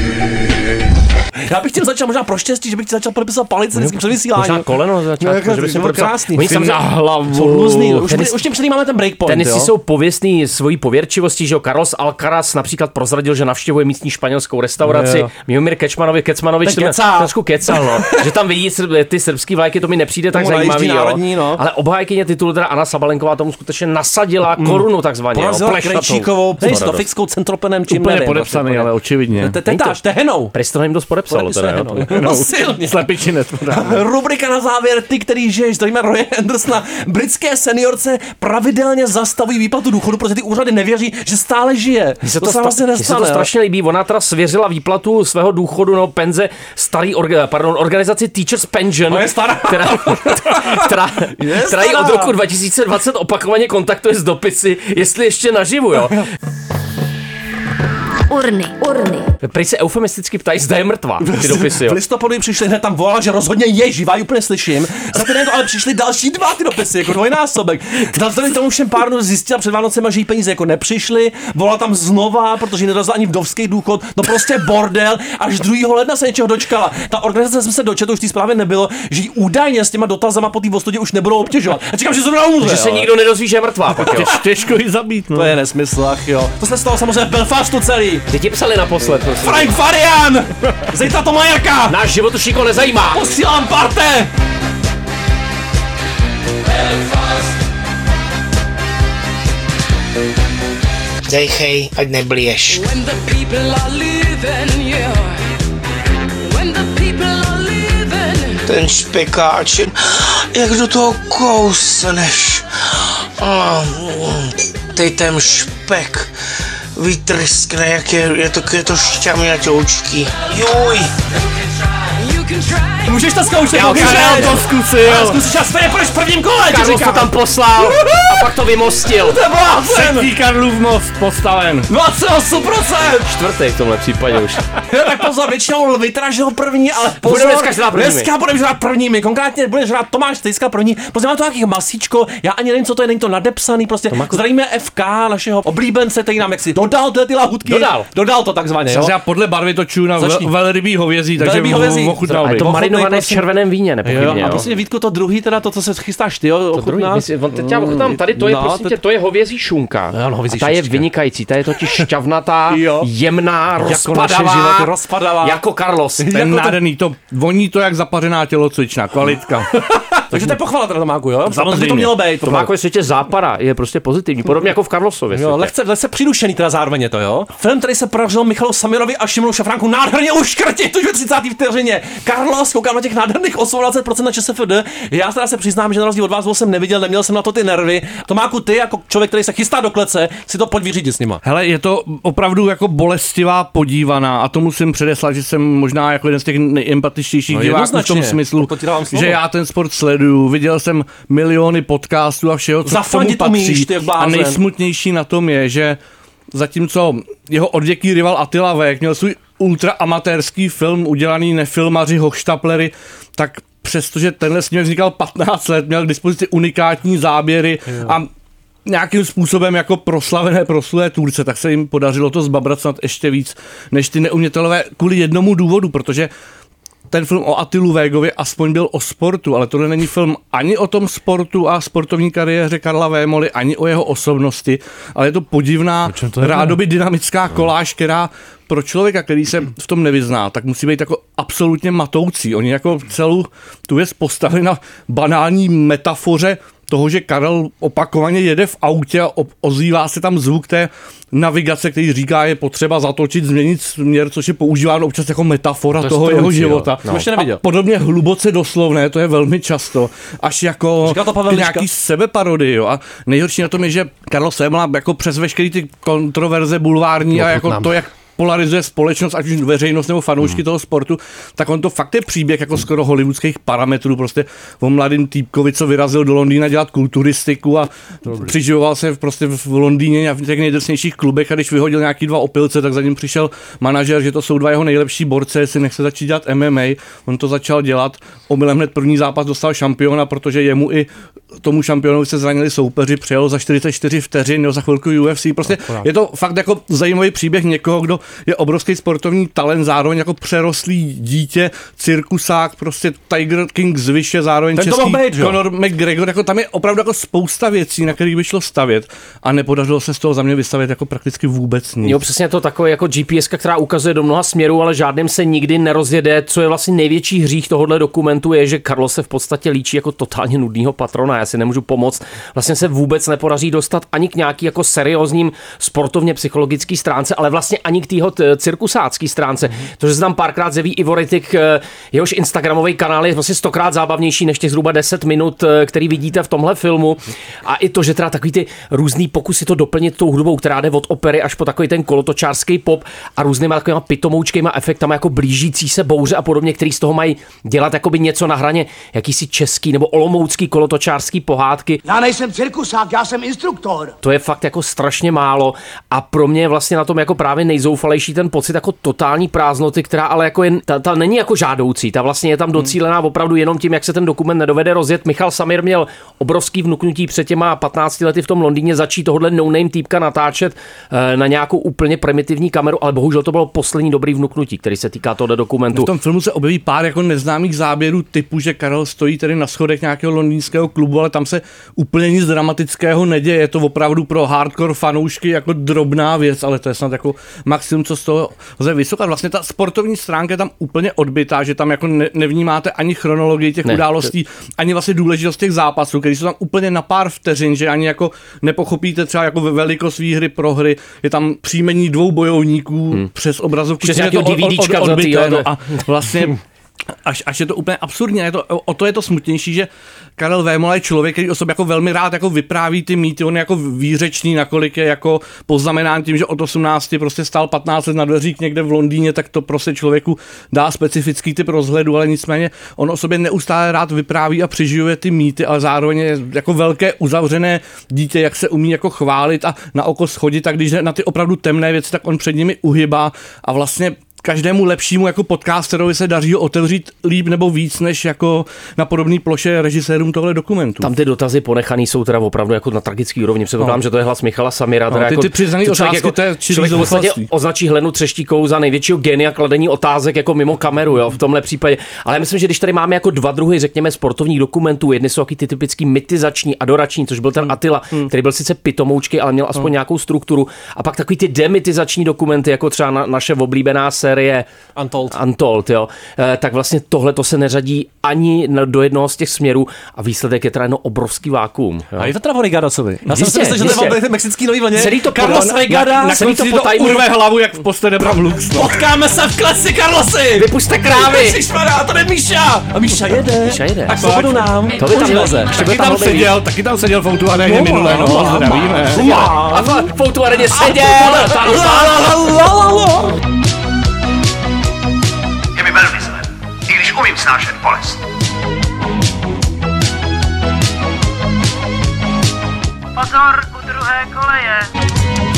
F: Já bych tím začal možná pro štěstí, že bych ti začal podepisovat palice vždycky před vysíláním.
G: Možná koleno začátku, no, jako, že by si podepsal.
F: Krásný.
G: Oni
F: na hlavu. Jsou různý. Už, Tenis, už tím předtím máme ten breakpoint.
G: Tenisy jsou pověstný svojí pověrčivostí, že Carlos Alcaraz například prozradil, že navštěvuje místní španělskou restauraci. Miomir Kečmanovi, Kecmanovi, trošku kecal, no. Že tam vidí ty srbský vlajky, to mi nepřijde tak zajímavý,
F: národní, no.
G: Ale obhájkyně titulu teda Anna Sabalenková tomu skutečně nasadila mm. korunu takzvaně.
F: Porazila Krejčíkovou, stofickou centropenem, čím
I: nevím. Úplně podepsaný, ale očividně.
F: Tetáž, Tehenou.
G: Presto jim dost podepsalo teda.
F: No silně.
I: Slepičinec.
F: Rubrika na závěr, ty, který žiješ, zdravíme Roye Andersona. Britské seniorce pravidelně zastavují výplatu důchodu, protože ty úřady nevěří, že stále žije.
G: Se to, to, sta- nestane, se to strašně líbí. Ona teda svěřila výplatu svého důchodu, no penze starý orga, pardon, organizaci Teachers Pension,
F: no je stará.
G: která, která, je která ji od roku dva tisíce dvacet opakovaně kontaktuje s dopisy, jestli ještě naživu, jo.
Q: Urny, urny.
G: Prý se eufemisticky ptají, zda je mrtvá, ty dopisy, jo.
F: V listopadu přišli, hned tam volala, že rozhodně je živá, úplně slyším. Za týden to ale přišly další dva ty dopisy, jako dvojnásobek. Tady tomu všem pár dnů zjistila před Vánocema, že jí peníze jako nepřišly, volala tam znova, protože nedostala ani vdovský důchod, no prostě bordel, až druhého ledna se něčeho dočkala. Ta organizace jsme se dočetli, už v té zprávě nebylo, že jí údajně s těma dotazama po té ostudě už nebudou obtěžovat. A říkám, že zrovna umře.
G: Že se nikdo nedozví, že je mrtvá, pak jo.
I: Těžko ji zabít, no.
F: To je nesmysl, ach jo. To se stalo samozřejmě v Belfastu celý.
G: Ty ti psali naposled, prosím.
F: Frank Farian! Zejta to Majerka!
G: Náš život už nikoho nezajímá.
F: Posílám parte!
H: Dejchej, ať neblieš. Ten špekáč, jak do toho kousneš. Teď ten špek vytryskne, jak je, je to, je to šťavňatoučký. Juj!
F: Můžeš to zkoušet,
G: Já Karel to zkusil.
F: Zkusíš a stejně půjdeš v prvním kole,
G: Karel to tam poslal a pak to vymostil.
F: To je blázen.
I: Třetí Karlův most postaven.
F: dvacet osm procent.
G: Čtvrtý v tomhle případě už.
F: Tak pozor, většinou vytražil první, ale pozor.
G: Budeme dneska žrát prvními.
F: Dneska budeme žrát prvními, konkrétně bude žrát Tomáš Stejska první. Pozor, má to nějaký masíčko, já ani nevím, co to je, není to nadepsaný, prostě. Zdravíme F K, našeho oblíbence, který nám jaksi dodal ty lahůdky.
G: Dodal.
F: Dodal to takzvaně, jo.
I: Já podle barvy to čuju na vel, velrybí hovězí, takže ochutnal.
G: A je to marinované v červeném víně, nepochybně.
F: A prostě Vítku, to druhý, teda to, co se chystáš ty, jo, ochutnáš.
G: Teď já ochutnám, tady to je, prosím tě, to je hovězí šunka. A ta je vynikající, ta je totiž šťavnatá, jemná, rozpadavá,
F: rozpadavá.
G: Jako Carlos.
I: Ten nádherný, to voní to jak zapařená tělocvična, kvalitka.
F: Takže to je pochvala teda Tomáku, jo?
I: Samozřejmě.
F: To mělo být.
G: Tomáku je světě zápara, je prostě pozitivní, podobně jako v Carlosově.
F: Jo, lehce, lehce přidušený teda zároveň je to, jo? Film, který se podařilo Michalu Samirovi a Šimonu Šafránku nádherně uškrtit už ve třicáté vteřině. Carlos, koukám na těch nádherných osmnáct procent na ČSFD. Já teda se přiznám, že na rozdíl od vás jsem neviděl, neměl jsem na to ty nervy. Tomáku, ty jako člověk, který se chystá do klece, si to pojď vyřídit s nima.
I: Hele, je to opravdu jako bolestivá podívaná a to musím předeslat, že jsem možná jako jeden z těch nejempatičtějších
F: no,
I: diváků v tom smyslu, že já ten sport sleduju, viděl jsem miliony podcastů a všeho, co k tomu patří. A nejsmutnější na tom je, že zatímco jeho odvěký rival Attila Vek měl svůj ultraamatérský film udělaný nefilmaři Hochstaplery, tak přestože tenhle snímek vznikal patnáct let, měl k dispozici unikátní záběry jo. a nějakým způsobem jako proslavené proslulé tvůrce, tak se jim podařilo to zbabrat snad ještě víc než ty neumětelové kvůli jednomu důvodu, protože ten film o Attilu Végovi aspoň byl o sportu, ale tohle není film ani o tom sportu a sportovní kariéře Karla Vémoly, ani o jeho osobnosti, ale je to podivná, to rádoby dynamická koláž, která pro člověka, který se v tom nevyzná, tak musí být jako absolutně matoucí. Oni jako celou tu věc postavili na banální metafoře toho, že Karel opakovaně jede v autě a ozývá se tam zvuk té navigace, který říká, je potřeba zatočit, změnit směr, což je používáno občas jako metafora to toho jeho života.
F: No.
I: A podobně hluboce doslovné, to je velmi často, až jako nějaký sebeparody. Jo. A nejhorší na tom je, že Karel Vémola jako přes veškerý ty kontroverze bulvární no, a jako to, jak polarizuje společnost, ať už veřejnost nebo fanoušky hmm. toho sportu, tak on to fakt je příběh jako skoro hollywoodských parametrů, prostě o mladým týpkovi, co vyrazil do Londýna dělat kulturistiku a Dobrý. přiživoval se prostě v Londýně v těch nejdrsnějších klubech a když vyhodil nějaký dva opilce, tak za ním přišel manažer, že to jsou dva jeho nejlepší borce, jestli nechce začít dělat M M A. On to začal dělat, omylem hned první zápas dostal šampiona, protože jemu i tomu šampionu se zranili soupeři, přijel za čtyřicet čtyři vteřin, jo, za chvilku U F C. Prostě Akorát. Je to fakt jako zajímavý příběh někoho, kdo je obrovský sportovní talent, zároveň jako přerostlý dítě, cirkusák, prostě Tiger King z Vyše, zároveň
F: ten
I: český
F: být,
I: Conor McGregor, jako tam je opravdu jako spousta věcí, na kterých by šlo stavět a nepodařilo se z toho za mě vystavět jako prakticky vůbec nic.
G: Jo, přesně to takové jako G P S, která ukazuje do mnoha směrů, ale žádným se nikdy nerozjede. Co je vlastně největší hřích tohohle dokumentu je, že Carlos se v podstatě líčí jako totálně nudného patrona. Já si nemůžu pomoct. Vlastně se vůbec nepodaří dostat ani k nějaký jako seriózním sportovně psychologický stránce, ale vlastně ani k tého cirkusácký stránce. To, že se tam párkrát zjeví Ivo Rittig, jehož instagramový kanál je vlastně stokrát zábavnější než těch zhruba deset minut, který vidíte v tomhle filmu. A i to, že teda takový ty různý pokusy to doplnit tou hudbou, která jde od opery až po takový ten kolotočářský pop a různýma takovýma pitomoučkýma efektama jako blížící se bouře a podobně, který z toho mají dělat jakoby něco na hraně jakýsi český nebo olomoucký kolotočářský pohádky.
Q: Já nejsem cirkusák, já jsem instruktor.
G: To je fakt jako strašně málo a pro mě je vlastně na tom jako právě nejzoufalejší ten pocit jako totální prázdnoty, která ale jako je, ta, ta není jako žádoucí, ta vlastně je tam docílená opravdu jenom tím, jak se ten dokument nedovede rozjet. Michal Samir měl obrovský vnuknutí před těma patnácti lety v tom Londýně začít tohle no-name týpka natáčet e, na nějakou úplně primitivní kameru, ale bohužel to bylo poslední dobrý vnuknutí, který se týká tohle dokumentu.
I: V tom filmu se objeví pár jako neznámých záběrů typu, že Karel stojí tady na schodech nějakého londýnského klubu, ale tam se úplně nic dramatického neděje, je to opravdu pro hardcore fanoušky jako drobná věc, ale to je snad jako maximum, co z toho lze vysokat. Vlastně ta sportovní stránka je tam úplně odbytá, že tam jako ne, nevnímáte ani chronologii těch ne, událostí, to... ani vlastně důležitost těch zápasů, který jsou tam úplně na pár vteřin, že ani jako nepochopíte třeba jako velikost výhry, prohry, je tam příjmení dvou bojovníků hmm. přes obrazovku,
G: přes nějakého DVDčka
I: od, od, odbyté, no a vlastně Až, až je to úplně absurdní. Je to, o to je to smutnější, že Karel Vémola je člověk, který o sobě jako velmi rád jako vypráví ty mýty, on je jako výřečný, nakolik je jako poznamenán tím, že od osmnácti prostě stál patnáct let na dveřích někde v Londýně, tak to prostě člověku dá specifický typ rozhledu, ale nicméně on o sobě neustále rád vypráví a přiživuje ty mýty, ale zároveň je jako velké uzavřené dítě, jak se umí jako chválit a na oko schodit, tak když jde na ty opravdu temné věci, tak on před nimi uhybá a vlastně každému lepšímu jako podcasterovi se daří ho otevřít líp nebo víc, než jako na podobné ploše režisérům tohle dokumentu.
G: Tam ty dotazy ponechaný jsou teda opravdu jako na tragický úrovni. Předpokládám, no. že to je hlas Michala Samira.
I: No, ty,
G: jako,
I: ty přiznaný otázky, jako, to je
G: člověk v podstatě označí Helenu Třeštíkovou za největšího genia kladení otázek jako mimo kameru, jo, v tomhle případě. Ale já myslím, že když tady máme jako dva druhy, řekněme, sportovních dokumentů, jedny jsou taky ty typický mytizační, adorační, což byl ten Attila, hmm. který byl sice pitomoučkej, ale měl aspoň hmm. nějakou strukturu. A pak takový ty demitizační dokumenty, jako třeba na, naše oblíbená série
F: Untold.
G: Untold, jo. E, tak vlastně tohle to se neřadí ani do jednoho z těch směrů a výsledek je teda jedno obrovský vákuum. Jo.
F: A je to teda o Regadosovi. Já jsem si myslel, že to byl ten mexický nový vlně.
G: Celý to
F: Carlos Regada.
I: Na konci to urve hlavu, jak v postele Bram Lux.
F: Potkáme se v klasi, Carlosi.
G: Vypuste krávy.
F: Ježišmarja, to je Míša. A Míša jede.
G: Míša jede.
F: Tak svobodu nám.
G: To by tam leze.
I: Taky tam seděl, taky tam seděl v Outu Areně minule, no, zdravíme.
G: A v Outu Areně seděl.
Q: Velmi zle, i když umím snášet bolest.
R: Pozor, u druhé koleje.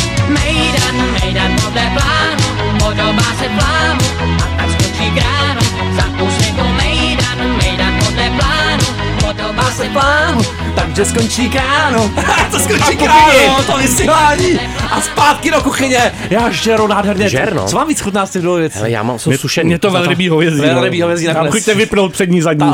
R: Mejdan, mejdan podle plánu, podobá se plánu a tak skočí kránu. Za úsměvou mejdan, mejdan podle plánu, podobá se plánu.
F: Takže skončí kránu. To skončí kránu, to vysílání. A zpátky do kuchyně. Já žeru nádherně.
G: Žer, no.
F: Co vám víc chutná z těch dvou věcí?
G: Ale já mám jsou sušený.
I: Mě to velrybí hovězí.
F: Velrybí hovězí.
I: Tam chuťte vypnout přední zadní.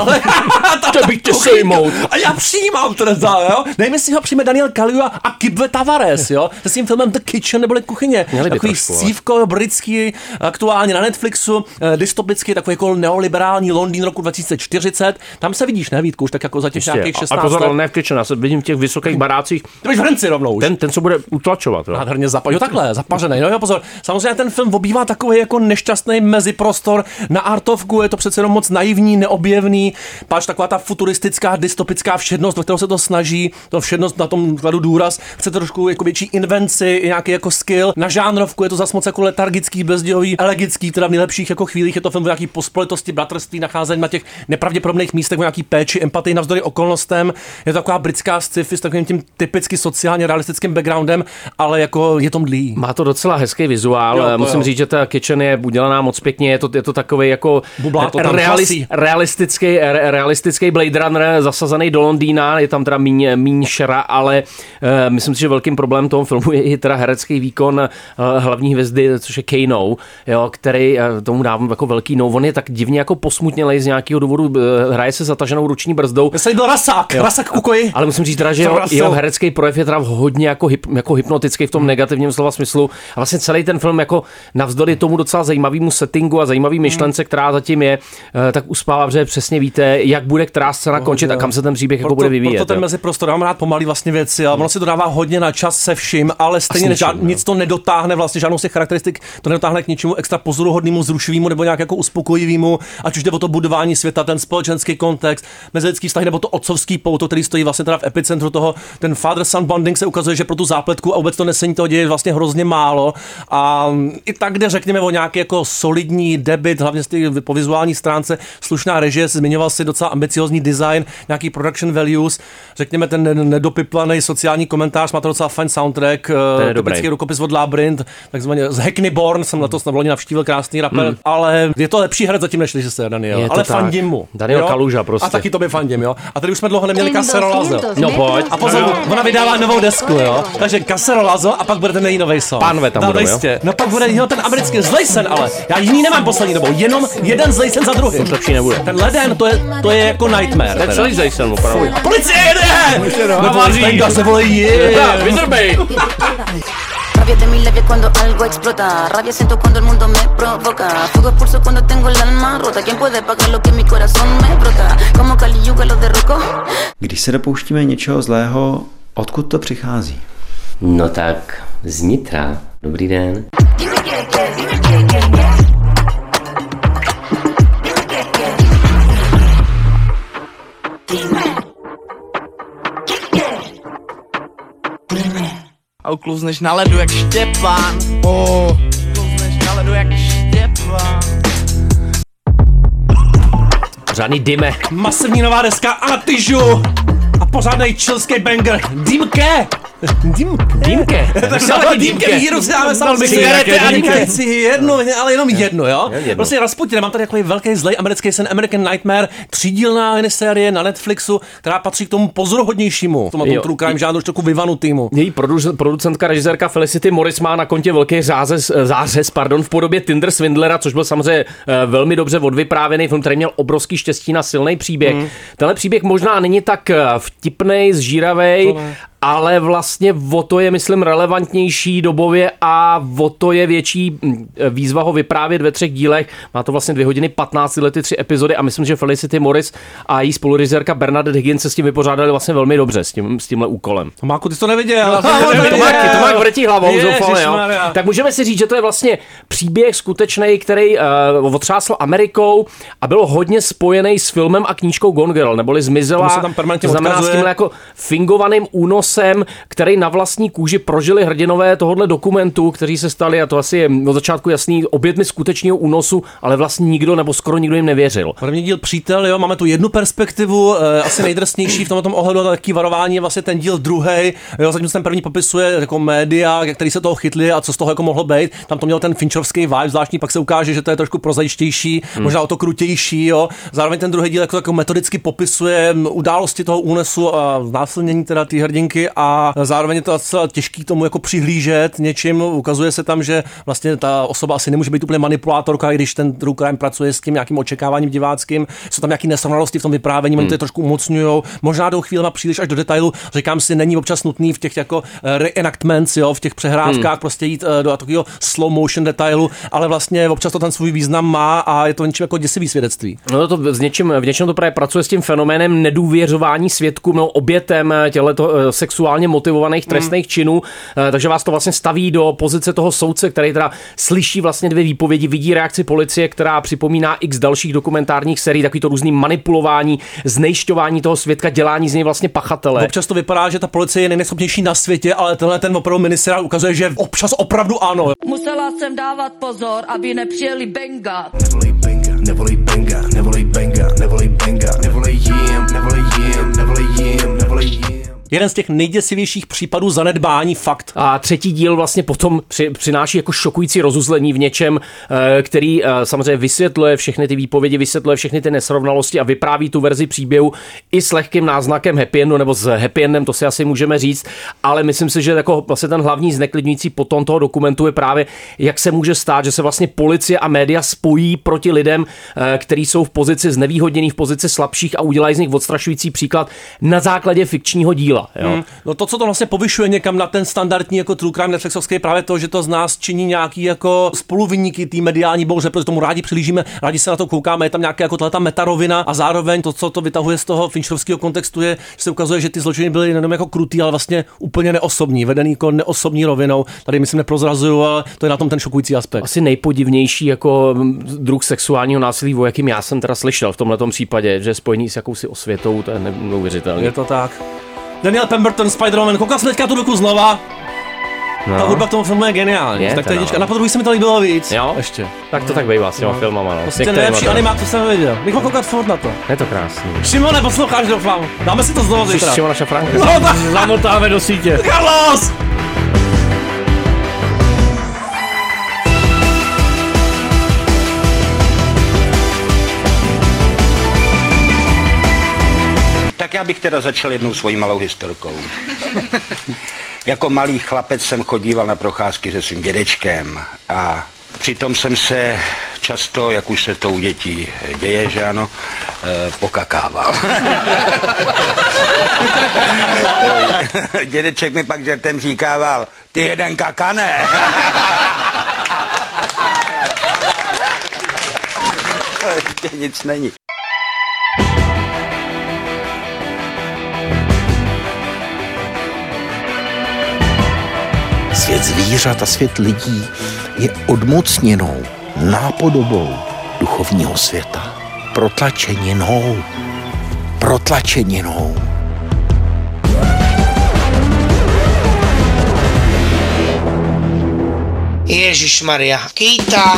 G: To bych tě sejmout.
F: A já přijímám teda, jo. Nevím, jestli ho přijme Daniel Kaluuya a Kibwe Tavares, jo. Se svým filmem The Kitchen neboli kuchyně. Takový scívko britský, aktuálně na Netflixu, dystopický, takový jako neoliberální Londýn roku dva tisíce čtyřicet. Tam se vidíš, ne, Vítku, už tak jako za těch nějakých šestnáct let.
G: Ne v Kitchen, já se vidím v těch vysokých barácích.
F: Ty budeš v hrnci rovnou už.
G: Ten, ten co bude utlačovat, jo.
F: Nádherně zapažený. Jo, takhle, zapažený. No jo, pozor. Samozřejmě ten film obývá takový jako nešťastný meziprostor na artovku, je to přece jenom moc naivní, neobjevný. Páč taková ta futuristická, dystopická všednost, ve kterou se to snaží, to všednost na tom kladu důraz. Chce trošku jako větší invenci, nějaký jako skill. Na žánrovku je to zas moc jako letargický, bezdělový, elegický, teda v nejlepších jako chvílích je to film o nějaký pospolitosti, bratrství, nacházení na těch nepravděpodobných místech, o nějaký péči, empatii navzdory okolnostem. Je to taková britská sci-fi s takovým tím typicky sociálně realistickým backgroundem, ale jako je to mdlý.
G: Má to docela hezký vizuál. Jo, musím jo. říct, že ta Kitchen je udělaná moc pěkně, je to, je to takový jako realist, realistický, re, realistický Blade Runner zasazený do Londýna, je tam teda míň, míň šera, ale uh, myslím si, že velkým problémem toho filmu je i teda herecký výkon uh, hlavní hvězdy, což je Kano, jo, který uh, tomu dávám jako velký no. On je tak divně jako posmutnělej z nějakého důvodu, uh, hraje se zataženou ruční brzdou.
F: Jestli byl rasák, jo. rasák kukoji.
G: Ale musím říct teda, že jeho, jeho herecký projev je teda hodně jako, hyp, jako hypnotický v tom negativním slova smyslu. A vlastně celý ten film jako navzdory tomu docela zajímavému settingu a zajímavý myšlence, která zatím je, tak uspává, protože přesně víte, jak bude která scéna no, končit jo. a kam se ten příběh proto, jako bude vyvíjet.
F: Proto ten meziprostor, já mám rád pomalý vlastně věci, ale ono si to dává hodně na čas se vším, ale stejně než, nic to nedotáhne, vlastně žádnou z těch charakteristik to nedotáhne k něčemu extra pozoruhodnému, zrušivému nebo nějak jako uspokojivému, ať už jde o to budování světa, ten společenský kontext, mezilidský vztah nebo to otcovský pouto, který stojí vlastně teda v epicentru toho, ten father-son bonding se ukazuje, že pro tu zápletku a vůbec to nesení toho děje je vlastně hrozně málo. A i tak, kde řekněme o nějaký jako solidní debit, hlavně po vizuální stránce, slušná režie, zmiňoval si docela ambiciozní design, nějaký production values, řekněme ten nedopiplaný sociální komentář, má to docela fajn soundtrack, typický rukopis od Labyrinth, takzvaně z Hackney Born, jsem letos na vloni navštívil, krásný rapper, mm. ale je to lepší herec zatím než se Daniel, ale fandím mu.
G: Daniel Kaluža prostě.
F: A taky tobě fandím, jo. A tady už jsme dlouho neměli Casero Lazo.
G: No pojď.
F: A pozor, no, ona vydává novou desku, jo. Takže Casero Lazo a pak bude ten její nový song.
G: Pánové tam budou, jo.
F: No pak bude jo, ten americký zlej sen, ale já jiný nemám poslední dobou, jenom jeden zlej sen za druhým.
G: To lepší nebude.
F: Ten leden, to je, to je jako nightmare.
G: Ten celý zlej sen, opravdu.
F: A policie jede!
G: Navaří.
F: Se volí,
G: yeah. Vydrbej.
S: Rabia de mi labia cuando algo explota. Rabia siento cuando el mundo me provoca. Fuego expulso cuando tengo el alma rota. ¿Quién puede pagar lo que mi corazón me brota? Como Kali Yuga lo derrocó.
T: Když se dopouštíme něčeho zlého, odkud to přichází?
U: No tak, znitra. Dobrý den.
D: A uklouzneš na ledu jak Štěpán. Oh. Uklouzneš na ledu jak Štěpán.
G: Žádný dyme.
F: Masivní nová deska Antyžu. A pořádnej chilský banger. Dýmke. Dýmke.
G: Dýmke.
F: Tak dýmke výhru si dáme samozřejmě. Si jednu, ale jenom jednu, jo? Prostě Rasputin, mám tady takový velký zlej americký sen American Nightmare, třídílná minisérie na Netflixu, která patří k tomu pozoruhodnějšímu. Tomu tomu true crime žádnou trošku vyvanutýmu.
G: Její producentka, režisérka Felicity Morris má na kontě velký zářez, zářez pardon, v podobě Tinder Swindlera, což byl samozřejmě velmi dobře odvyprávěný film, který měl obrovský štěstí na silný příběh. Hmm. Tenhle příběh možná není tak vtipnej, zžíravej, ale vlastně o to je, myslím, relevantnější dobově a o to je větší výzva ho vyprávět ve třech dílech. Má to vlastně dvě hodiny patnáct lety, tři epizody a myslím, že Felicity Morris a její spolurežisérka Bernadette Higgins se s tím vypořádali vlastně velmi dobře, s, tím, s tímhle úkolem.
F: Máku, ty jsi to neviděl.
G: To má vrtí hlavou, zoufale, jo. Tak můžeme si říct, že to je vlastně příběh skutečný, který uh, otřásl Amerikou a byl hodně spojený s filmem a knížkou Gone Girl, neboli Zmizela. To znamená s tímhle jako fingovaným únosem, který na vlastní kůži prožili hrdinové tohohle dokumentu, kteří se stali, a to asi je od začátku jasný, obětmi skutečného únosu, ale vlastně nikdo nebo skoro nikdo jim nevěřil.
F: První díl Přítel, jo, máme tu jednu perspektivu, e, asi nejdrsnější v tomto ohledu, taký varování je vlastně ten díl druhý. Jo, zatím ten první popisuje jako média, který se toho chytli a co z toho jako mohlo být. Tam to měl ten fincherovský vibe, zvláštní, pak se ukáže, že to je trošku prozaičtější, hmm. možná o to krutější, jo. Zároveň ten druhý díl jako, jako metodicky popisuje události toho únesu a znásilnění teda té hrdinky. A zároveň je to docela těžký tomu jako přihlížet něčím. Ukazuje se tam, že vlastně ta osoba asi nemůže být úplně manipulátorka, i když ten true crime pracuje s tím nějakým očekáváním diváckým. Jsou tam nějaké nesrovnalosti v tom vyprávění, hmm. oni to trošku umocňujou. Možná jdou chvílema příliš až do detailu. Říkám si, není občas nutný v těch jako reenactments, jo, v těch přehrávkách hmm. prostě jít do takového slow motion detailu, ale vlastně občas to ten svůj význam má a je to něčím jako děsivý svědectví.
G: No to v něčem, v něčem to právě pracuje s tím fenoménem nedůvěřování svědkům, no obětem těchto sexuálně motivovaných trestných mm. činů, takže vás to vlastně staví do pozice toho soudce, který teda slyší vlastně dvě výpovědi, vidí reakci policie, která připomíná x dalších dokumentárních sérií, takový to různý manipulování, znejšťování toho svědka, dělání z něj vlastně pachatele.
F: Občas to vypadá, že ta policie je nejneschopnější na světě, ale tenhle ten opravdu miniseriál ukazuje, že občas opravdu ano.
R: Musela jsem dávat pozor, aby nepřijeli benga.
Q: Nevolej benga, nevolej benga, nevolej benga, nevolej jim, nevolej jim, nevolej jim, nevolej jim.
F: Jeden z těch nejděsivějších případů zanedbání, fakt.
G: A třetí díl vlastně potom při, přináší jako šokující rozuzlení v něčem, který samozřejmě vysvětluje všechny ty výpovědi, vysvětluje všechny ty nesrovnalosti a vypráví tu verzi příběhu i s lehkým náznakem happy endu, nebo s happy endem, to si asi můžeme říct, ale myslím si, že jako vlastně ten hlavní zneklidňující potom toho dokumentu je právě, jak se může stát, že se vlastně policie a média spojí proti lidem, kteří jsou v pozici znevýhodněných, v pozici slabších a udělají z nich odstrašující příklad na základě fikčního díla. Jo. Hmm.
F: No to, co to vlastně povyšuje někam na ten standardní jako true crime Netflixovský, je právě to, že to z nás činí nějaký jako spoluviníky té mediální bouře, protože tomu rádi přilížíme, rádi se na to koukáme, je tam nějaká jako tato metarovina a zároveň to, co to vytahuje z toho fincherovského kontextu, je, že se ukazuje, že ty zločiny byly jenom jako krutý, ale vlastně úplně neosobní, vedený jako neosobní rovinou. Tady myslím neprozrazuju, ale to je na tom ten šokující aspekt.
G: Asi nejpodivnější jako druh sexuálního násilí, o jakým já jsem teda slyšel v tomhletom případě, že spojení s jakousi osvětou, to je neuvěřitelné.
F: Je to tak. Daniel Pemberton, Spider-Man, koukal jsem teďka tu doku znova. No. Ta hudba k tomu filmu je geniální. Je, tak to jednička. Na podruhý se mi to líbilo víc.
G: Jo?
F: Ještě.
G: Tak to tak bývá s těma no. filmama. No.
F: Prostě nejlepší animák, co jsem viděl. Bych mohl koukat furt na to.
G: Je to krásný.
F: Šimone, posloucháš, doufám. Dáme si to znovu zítra.
G: Šimona Šafránka.
F: No, tak.
I: Zamotáme do sítě.
F: Carlos!
C: Tak já bych teda začal jednou svojí malou historkou. Jako malý chlapec jsem chodíval na procházky se svým dědečkem a přitom jsem se často, jak už se to u dětí děje, že ano, eh, pokakával. Dědeček mi pak žertem říkával, ty jeden kakane. To nic není.
L: Svět zvířat a svět lidí je odmocněnou nápodobou duchovního světa. Protlačeninou. Protlačeninou.
H: Ježišmarja. Kýta.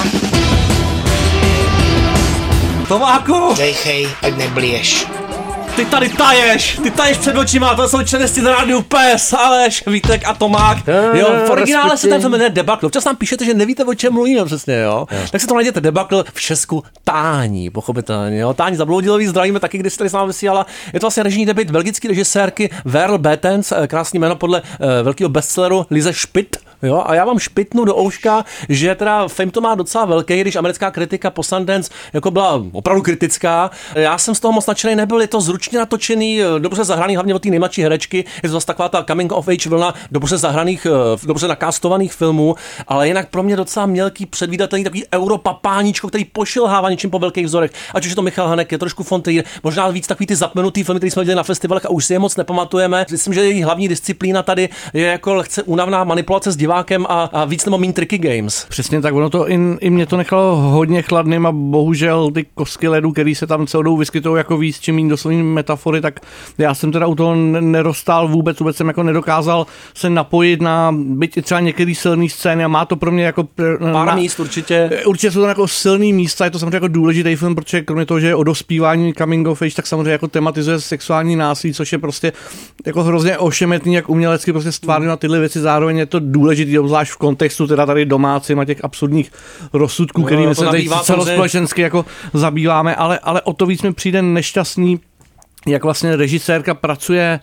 F: Tomáku!
H: Dejchej, ať neblieš.
F: Ty tady taješ, ty taješ před očima, to jsou černosti na rádiu Pes, Aleš, Vítek a Tomák. Jo, v originále se tam jmenuje Debakl. Občas nám píšete, že nevíte, o čem mluvíme přesně, jo. jo. Tak si to najděte, Debakl v Česku Tání, pochopitelně, jo. Tání Zabloudilový, zdravíme taky, když se tady s námi vysílala. Je to vlastně režijní debut belgické režisérky Verl Betens, krásný jméno podle uh, velkého bestselleru Lise Spit. Jo, a já vám špitnu do ouška, že teda Fame to má docela velký, když americká kritika po Sundance jako byla opravdu kritická. Já jsem z toho moc nadšený nebyl, je to zručně natočený, dobře zahraný, hlavně od té nejmladší herečky, je to zase taková ta coming of age vlna dobře zahraných, dobře nakástovaných filmů, ale jinak pro mě docela mělký, předvídatelný takový europapáníčko, který pošilhává něčím po velkých vzorech. Ať už je to Michal Hanek, je trošku von Trier, možná víc takový ty zapomenutý filmy, které jsme viděli na festivalech a už si je moc nepamatujeme. Myslím, že její hlavní disciplína tady je jako lehce únavná manipulace s divákem a, a víc nebo méně tricky games.
I: Přesně tak, ono to i, i mě to nechalo hodně chladným a bohužel ty kosky ledu, který se tam celou dobu vyskytují jako víc čím méně doslovní metafory, tak já jsem teda u toho nerostal vůbec, vůbec jsem jako nedokázal se napojit na byť i třeba některý silný scény a má to pro mě jako
F: pár
I: na,
F: míst určitě.
I: Určitě jsou to jako silný místa, je to samozřejmě jako důležitý film, protože kromě toho, že je o dospívání coming of age, tak samozřejmě jako tematizuje sexuální násilí, což je prostě jako hrozně ošemetný, jak umělecky prostě stvárně na tyhle věci, zároveň je to důležitý, obzvlášť v kontextu teda tady domácím a těch absurdních rozsudků, no, kterými se tady celospolečensky jako zabýváme, ale, ale o to víc mi přijde nešťastný, jak vlastně režisérka pracuje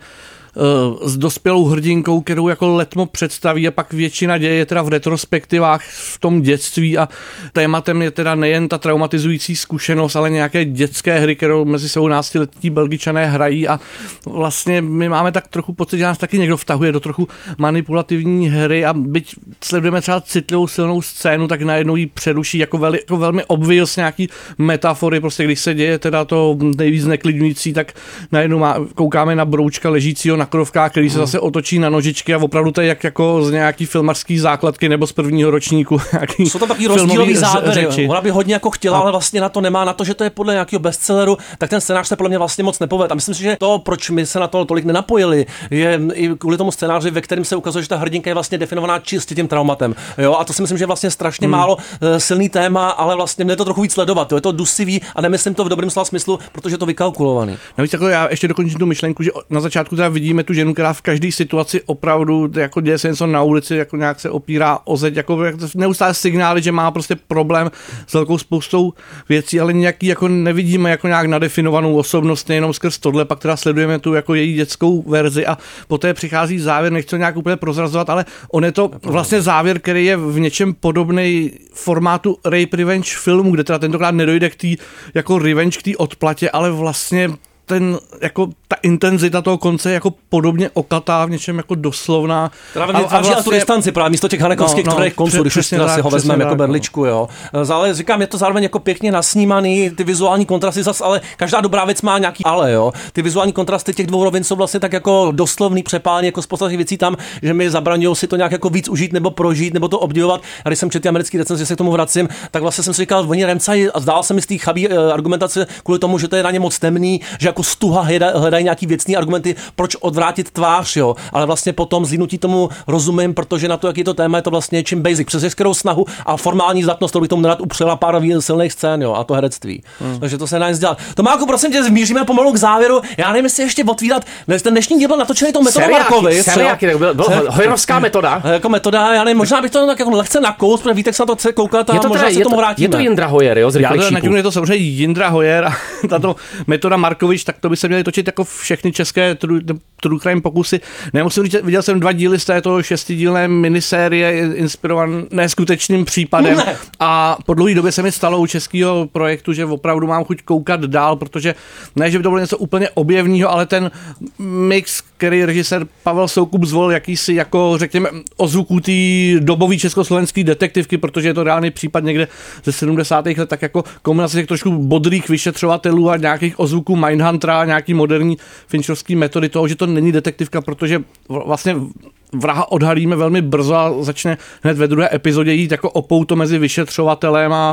I: s dospělou hrdinkou, kterou jako letmo představí a pak většina děje je teda v retrospektivách v tom dětství a tématem je teda nejen ta traumatizující zkušenost, ale nějaké dětské hry, kterou mezi sebou náctiletí Belgičané hrají a vlastně my máme tak trochu pocit, že nás taky někdo vtahuje do trochu manipulativní hry a byť sledujeme třeba citlivou silnou scénu, tak najednou ji přeruší jako, veli, jako velmi obvious nějaký metafory, prostě když se děje teda to nejvíc neklidňující, tak najednou má, koukáme na broučka ležícího na krovkách, který se zase otočí na nožičky a opravdu to je jak jako z nějaký filmařský základky nebo z prvního ročníku.
F: Jsou to takový rozdílový záběry. Ona by hodně jako chtěla, ale vlastně na to nemá, na to, že to je podle nějakého bestselleru, tak ten scénář se podle mě vlastně moc nepovede. A myslím si, že to, proč my se na to tolik nenapojili, je i kvůli tomu scénáři, ve kterém se ukazuje, že ta hrdinka je vlastně definovaná čistě tím traumatem. Jo, a to si myslím, že je vlastně strašně hmm. málo uh, silný téma, ale vlastně mě to trochu víc sledovat. Jo. Je to dusivý a nemyslím to v dobrém slova smyslu, protože je to vykalkulovaný.
I: Navíc jako já ještě dokončím tu myšlenku, že na začátku teda vidíme tu ženu, která v každé situaci opravdu jako děje se něco na ulici, jako nějak se opírá o zeď, jako neustále signály, že má prostě problém s velkou spoustou věcí, ale nějaký jako nevidíme jako nějak nadefinovanou osobnost, nejenom skrz tohle, pak teda sledujeme tu jako její dětskou verzi a poté přichází závěr, nechci to nějak úplně prozrazovat, ale on je to vlastně závěr, který je v něčem podobný formátu rape revenge filmu, kde teda tentokrát nedojde k té jako revenge, k té odplatě, ale vlastně ten, jako ta intenzita toho konce je jako podobně okatá v něčem jako doslovná.
F: Teda a, a vlastně tu distanci právě místo těch hanekovských, no, no, konců, když už si ho vezmeme jako berličku, jo. Ale říkám, je to zároveň jako pěkně nasnímaný, ty vizuální kontrasty zas, ale každá dobrá věc má nějaký ale, jo. Ty vizuální kontrasty těch dvou rovin jsou vlastně tak jako doslovný přepálení, jako spousta těch věcí tam, že mi zabraňují si to nějak jako víc užít nebo prožít, nebo to obdivovat. A když jsem četl americký recenze, se k tomu vracím, tak vlastně jsem si říkal, oni remcají a zdál se mi z té chabí argumentace kvůli tomu, že to je na ně moc temný, že jako stuha hledají nějaký věcný argumenty, proč odvrátit tvář, jo. Ale vlastně potom zlínutí tomu rozumím, protože na to, jaký to téma je to vlastně čím basic, přes veškerou snahu a formální zdatnost, kterou bych tomu nerad upřela pár silných scén, jo, a to herectví. Hmm. Takže to se nedá nic dělat. Tomáku, prosím tě, zmíříme pomalu k závěru. Já nevím, jestli ještě otvírat. Ten dnešní díl byl natočený tou metodou Markovi.
G: Seriáky, tak byl, byl hojrovská metoda.
F: Jako metoda, já nevím, možná bych to tak jako lehce nakous, protože Vítek se na to chce koukat a možná se tomu vrátíme.
G: Je to Jindra Hojer, jo, z
I: Rychlejšíku. Je to samozřejmě Jindra Hojer a tato metoda Markovič, tak to by se měli točit jako všechny české true, true crime pokusy. Nemusím říct, viděl jsem dva díly z této šestidílné minisérie inspirované skutečným případem ne. A po dlouhé době se mi stalo u českého projektu, že opravdu mám chuť koukat dál, protože ne, že by to bylo něco úplně objevného, ale ten mix, který režisér Pavel Soukup zvolil, jakýsi jako řekněme ozvuku té dobové československé detektivky, protože je to reálný případ někde ze sedmdesátých let, tak jako kombinace těch trošku bodrých vyšetřovatelů a nějakých ozvuků Mindhuntera, nějaký moderní finčovský metody toho, že to není detektivka, protože vlastně vraha odhalíme velmi brzo a začne hned ve druhé epizodě jít jako opouto mezi vyšetřovatelem a,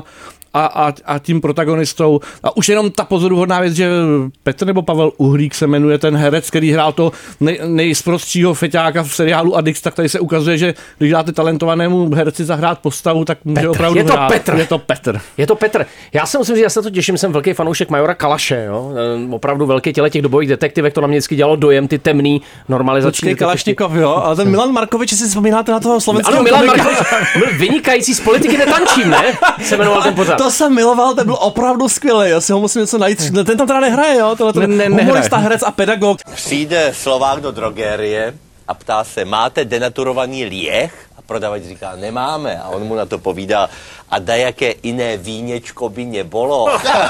I: a, a, a tím protagonistou. A už jenom ta pozoruhodná věc, že Petr nebo Pavel Uhlík se jmenuje ten herec, který hrál to nej, nejsprostšího feťáka v seriálu Addicts, tak tady se ukazuje, že když dáte talentovanému herci zahrát postavu, tak může
G: Petr.
I: opravdu
G: Je to
I: hrát.
G: Petr.
I: Je to Petr.
G: Je to Petr. Já se musím říct, já se to těším, jsem velký fanoušek Majora Kalaše, jo? Opravdu velký těle těch dobových detektivek, to na mě vždycky dělalo dojem, ty temný normalizační.
F: Počkej, Kalašnikov, jo, ale ten Milan Markovič, si vzpomínáte na toho slovenského.
G: Ano, Milan Markovič, byl vynikající, z politiky netančím, ne? Se jmenoval ten pořad.
F: To jsem miloval, ten byl opravdu skvělý, já si ho musím něco najít. Ten tam teda nehraje, jo, tohle to
I: ne, ne,
F: humorista, herec a pedagog.
B: Přijde Slovák do drogerie a ptá se, máte denaturovaný lieh? A prodavač říká, nemáme. A on mu na to povídá, a dajaké jiné víněčko by nebolo.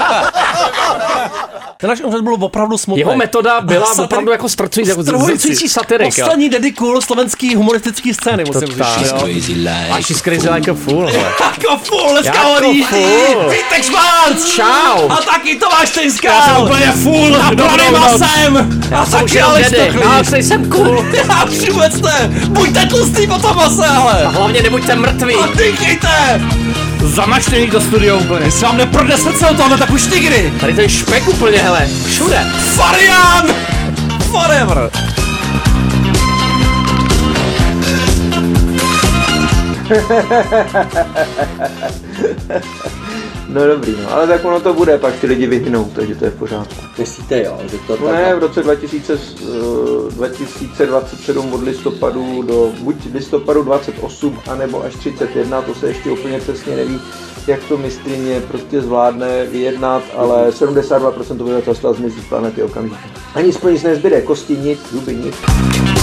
F: Ten náš úřad byl opravdu smutný.
G: Jeho metoda byla Satirik, opravdu jako strcující satirik.
F: Poslední Daddy Cool slovenský humoristický scény, musím říct.
G: A she's crazy like a fool.
F: Jako fool, dneska hodí. Vítek Švárc.
G: Čau.
F: A taky Tomáš Tejskal.
G: Já jsem úplně fool.
F: A plný masem.
G: Já
F: a
G: jsem
F: taky
G: už
F: Aleš
G: dedy.
F: Stochlík.
G: Já už nejsem cool.
F: Já už vůbec ne. Buďte tlustý po tom mase, ale.
G: A hlavně nebuďte mrtví.
F: A dýchejte.
I: Zamaštěný do studia úplně.
F: Jestli vám neprde srdce o tohle, tak už nikdy.
G: Tady ten špek úplně, hele, všude.
F: Farian! Forever!
T: No dobrý, no, ale tak ono to bude, pak ty lidi vyhnou, takže to je v pořádku.
V: Myslíte jo, že to
T: no ne, v roce dva tisíce, dva tisíce dvacet sedm od listopadu do buď listopadu dvacet osm, anebo až třicet jedna, to se ještě úplně přesně neví, jak to mistryně prostě zvládne vyjednat, ale sedmdesát dva procent obyvatelstva zmizí z planety okamžitě. Ani spolu nic nezbyde, kosti nic, zuby nic.